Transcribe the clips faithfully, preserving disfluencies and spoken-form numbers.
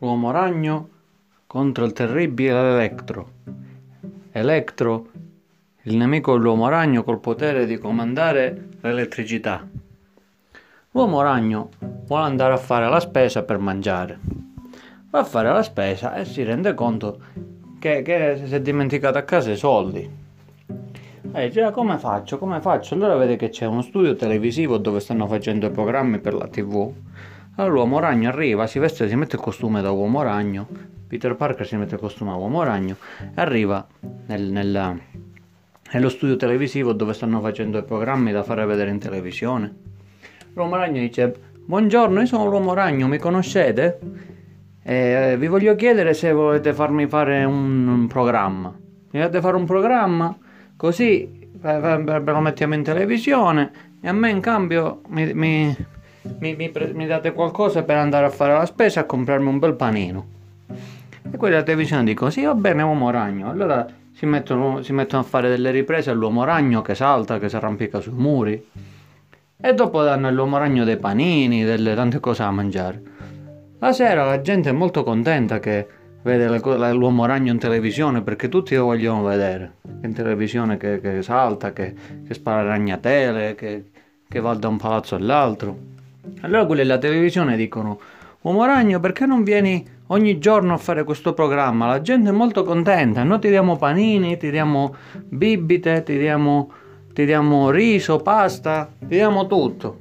L'uomo ragno contro il terribile Electro. Electro, il nemico dell'uomo ragno col potere di comandare l'elettricità. L'uomo ragno vuole andare a fare la spesa per mangiare. Va a fare la spesa e si rende conto che, che si è dimenticato a casa i soldi. E dice: "Ah, come faccio? Come faccio?" Allora vede che c'è uno studio televisivo dove stanno facendo i programmi per la tivù. Allora l'uomo ragno arriva, si veste, si mette il costume da uomo ragno. Peter Parker si mette il costume da uomo ragno e arriva nel, nella, nello studio televisivo dove stanno facendo i programmi da fare vedere in televisione. L'uomo ragno dice: "Buongiorno, io sono l'uomo ragno, mi conoscete? E vi voglio chiedere se volete farmi fare un, un programma. Mi volete fare un programma? Così ve lo mettiamo in televisione e a me in cambio mi, mi, mi, mi, mi date qualcosa per andare a fare la spesa e comprarmi un bel panino." E quelli della televisione dicono: "Sì, va bene, uomo ragno." Allora si mettono, si mettono a fare delle riprese all'uomo ragno che salta, che si arrampica sui muri. E dopo danno all'uomo ragno dei panini, delle tante cose da mangiare. La sera la gente è molto contenta che vede le, l'uomo ragno in televisione, perché tutti lo vogliono vedere. In televisione che, che salta, che, che spara ragnatele, che, che va da un palazzo all'altro. Allora quelli della televisione dicono: "Uomo ragno, perché non vieni ogni giorno a fare questo programma? La gente è molto contenta, noi ti diamo panini, ti diamo bibite, ti diamo, ti diamo riso, pasta, ti diamo tutto."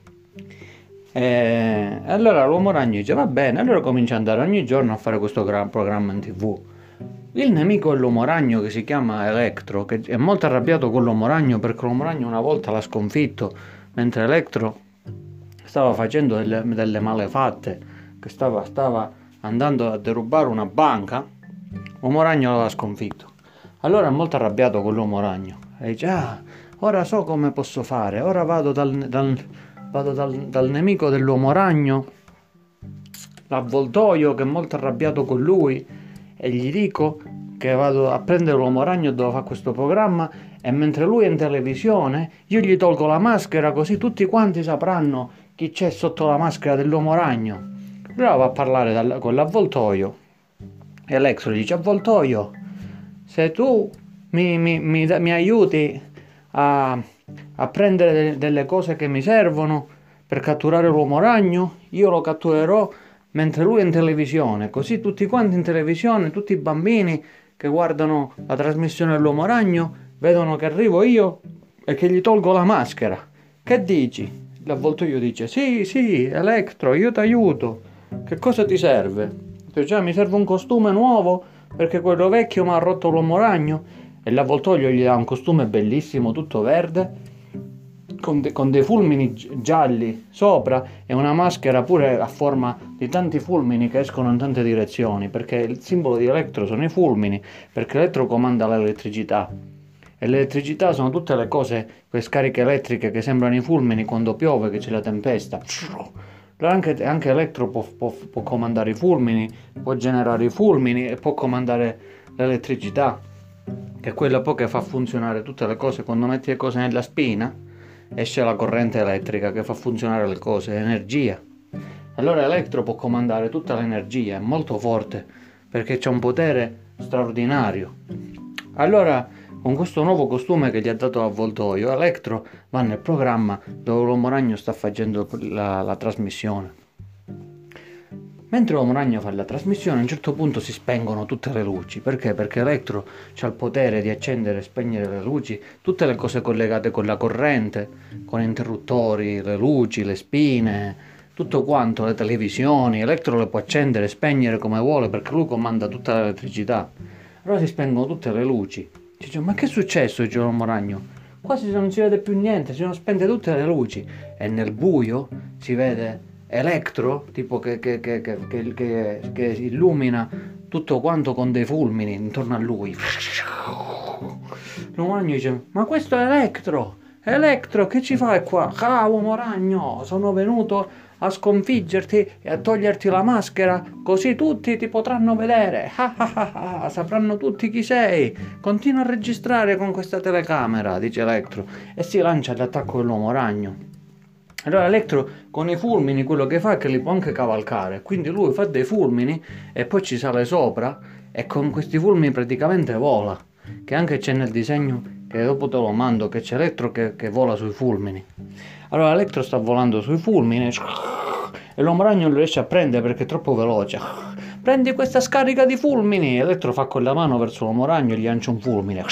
E allora l'uomo ragno dice: "Va bene." Allora comincia ad andare ogni giorno a fare questo gra- programma in tv. Il nemico dell'uomo ragno, che si chiama Electro, che è molto arrabbiato con l'uomo ragno perché l'uomo ragno una volta l'ha sconfitto mentre Electro stava facendo delle, delle malefatte, che stava, stava andando a derubare una banca. L'uomo ragno l'ha sconfitto. Allora è molto arrabbiato con l'uomo ragno e dice: "Ah, ora so come posso fare. Ora vado dal, dal Vado dal, dal nemico dell'uomo ragno, l'avvoltoio, che è molto arrabbiato con lui, e gli dico che vado a prendere l'uomo ragno dove fa questo programma, e mentre lui è in televisione io gli tolgo la maschera, così tutti quanti sapranno chi c'è sotto la maschera dell'uomo ragno." Allora va a parlare dal, con l'avvoltoio e Alex gli dice: "Avvoltoio, se tu mi, mi, mi, mi aiuti a a prendere delle cose che mi servono per catturare l'uomo ragno, io lo catturerò mentre lui è in televisione, così tutti quanti in televisione, tutti i bambini che guardano la trasmissione dell'uomo ragno vedono che arrivo io e che gli tolgo la maschera. Che dici?" L'avvoltoio dice: "Sì, sì, Electro, io ti aiuto. Che cosa ti serve?" Dice: "Già, mi serve un costume nuovo perché quello vecchio mi ha rotto l'uomo ragno." E l'avvoltoio gli dà un costume bellissimo, tutto verde, con, de- con dei fulmini gialli sopra, e una maschera pure a forma di tanti fulmini che escono in tante direzioni, perché il simbolo di Electro sono i fulmini, perché Electro comanda l'elettricità. E l'elettricità sono tutte le cose, quelle scariche elettriche che sembrano i fulmini quando piove, che c'è la tempesta. Anche, anche Electro può, può, può comandare i fulmini, può generare i fulmini e può comandare l'elettricità, che è quella poi che fa funzionare tutte le cose. Quando metti le cose nella spina esce la corrente elettrica che fa funzionare le cose, energia. Allora Electro può comandare tutta l'energia, è molto forte perché c'è un potere straordinario. Allora con questo nuovo costume che gli ha dato l'avvoltoio, Electro va nel programma dove l'uomo ragno sta facendo la, la trasmissione. Mentre l'uomo ragno fa la trasmissione, a un certo punto si spengono tutte le luci. Perché? Perché Electro ha il potere di accendere e spegnere le luci, tutte le cose collegate con la corrente, con interruttori, le luci, le spine, tutto quanto, le televisioni. Electro le può accendere e spegnere come vuole perché lui comanda tutta l'elettricità. Allora si spengono tutte le luci. Dice: "Ma che è successo?" Dice l'uomo ragno. "Quasi non si vede più niente, si sono spente tutte le luci." E nel buio si vede Electro, tipo che, che, che, che, che, che illumina tutto quanto con dei fulmini intorno a lui. L'uomo ragno dice: "Ma questo è Electro! Electro, che ci fai qua?" "Ah, uomo ragno, sono venuto a sconfiggerti e a toglierti la maschera, così tutti ti potranno vedere. Ah, ah, ah, ah, sapranno tutti chi sei. Continua a registrare con questa telecamera", dice Electro, e si lancia all'attacco dell'uomo ragno. Allora Electro con i fulmini quello che fa è che li può anche cavalcare, quindi lui fa dei fulmini e poi ci sale sopra e con questi fulmini praticamente vola, che anche c'è nel disegno che dopo te lo mando, che c'è Electro che, che vola sui fulmini. Allora Electro sta volando sui fulmini e l'uomo ragno non lo riesce a prendere perché è troppo veloce. Prendi questa scarica di fulmini! Electro fa con la mano verso l'uomo ragno e gli lancia un fulmine.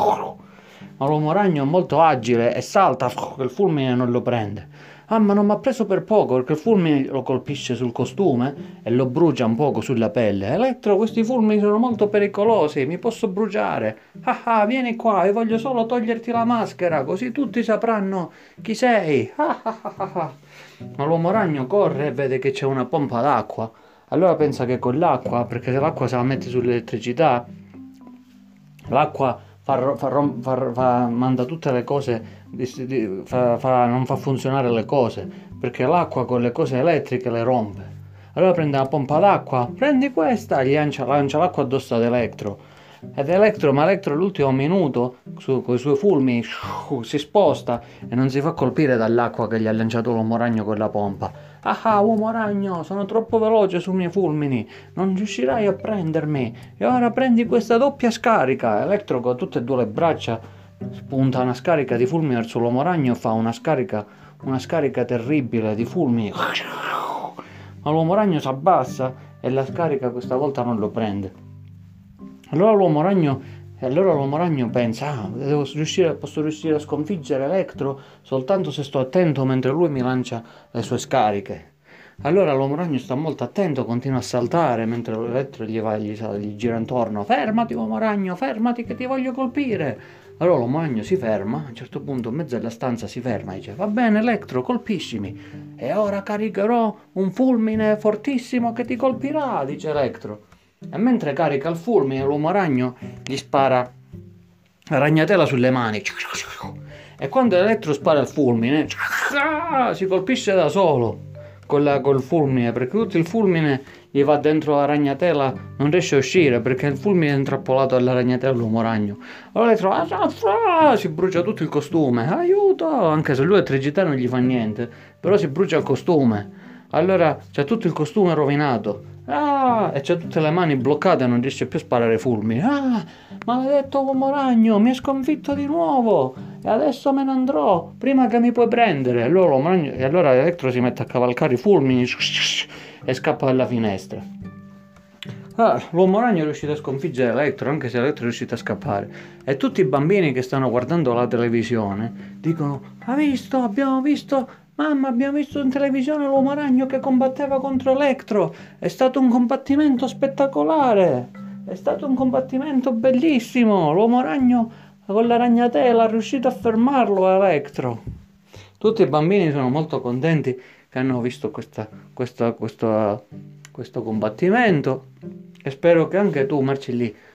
Ma l'uomo ragno è molto agile e salta che il fulmine non lo prende. Ah, ma non mi ha preso per poco perché il fulmine lo colpisce sul costume e lo brucia un poco sulla pelle. Elettro, questi fulmini sono molto pericolosi, mi posso bruciare. Ah ah, vieni qua, io voglio solo toglierti la maschera, così tutti sapranno chi sei. Ah ah ah ah ah. Ma l'uomo ragno corre e vede che c'è una pompa d'acqua. Allora pensa che con l'acqua, perché se l'acqua se la mette sull'elettricità, l'acqua fa, fa, fa, fa, manda tutte le cose, fa, fa, non fa funzionare le cose, perché l'acqua con le cose elettriche le rompe. Allora prende una pompa d'acqua, prendi questa, gli lancia, lancia l'acqua addosso ad Electro. Ed Electro, ma Electro all'ultimo minuto, su, con i suoi fulmini, si sposta e non si fa colpire dall'acqua che gli ha lanciato l'uomo ragno con la pompa. Ah ah, uomo ragno, sono troppo veloce sui miei fulmini, non riuscirai a prendermi. E ora prendi questa doppia scarica. Electro con tutte e due le braccia spunta una scarica di fulmini verso l'uomo ragno e fa una scarica, una scarica terribile di fulmini. Ma l'uomo ragno si abbassa e la scarica questa volta non lo prende. Allora l'uomo ragno, allora l'uomo ragno pensa, ah, devo riuscire, posso riuscire a sconfiggere Electro soltanto se sto attento mentre lui mi lancia le sue scariche. Allora l'uomo ragno sta molto attento, continua a saltare mentre Electro gli, va, gli, gli gira intorno. Fermati uomo ragno, fermati che ti voglio colpire. Allora l'uomo ragno si ferma, a un certo punto in mezzo alla stanza si ferma e dice va bene Electro, colpiscimi. E ora caricherò un fulmine fortissimo che ti colpirà, dice Electro. E mentre carica il fulmine l'uomo ragno gli spara la ragnatela sulle mani. E quando Electro spara il fulmine si colpisce da solo con la, col fulmine, perché tutto il fulmine gli va dentro la ragnatela, non riesce a uscire perché il fulmine è intrappolato alla ragnatela dell'uomo ragno. Allora Electro ah, si brucia tutto il costume, aiuto, anche se lui a tre G T non gli fa niente, però si brucia il costume. Allora c'è tutto il costume rovinato. Ah, e c'ha tutte le mani bloccate e non riesce più a sparare fulmini. Ah, maledetto uomo ragno, mi hai sconfitto di nuovo e adesso me ne andrò prima che mi puoi prendere. Allora, l'uomo ragno, e allora Electro si mette a cavalcare i fulmini e scappa dalla finestra. Ah, l'uomo ragno è riuscito a sconfiggere Electro, anche se Electro è riuscito a scappare. E tutti i bambini che stanno guardando la televisione dicono: ha visto, abbiamo visto. Mamma, abbiamo visto in televisione l'uomo ragno che combatteva contro Electro. È stato un combattimento spettacolare. È stato un combattimento bellissimo. L'uomo ragno con la ragnatela è riuscito a fermarlo Electro. Tutti i bambini sono molto contenti che hanno visto questa, questa, questa, questo combattimento. E spero che anche tu, Marcilli,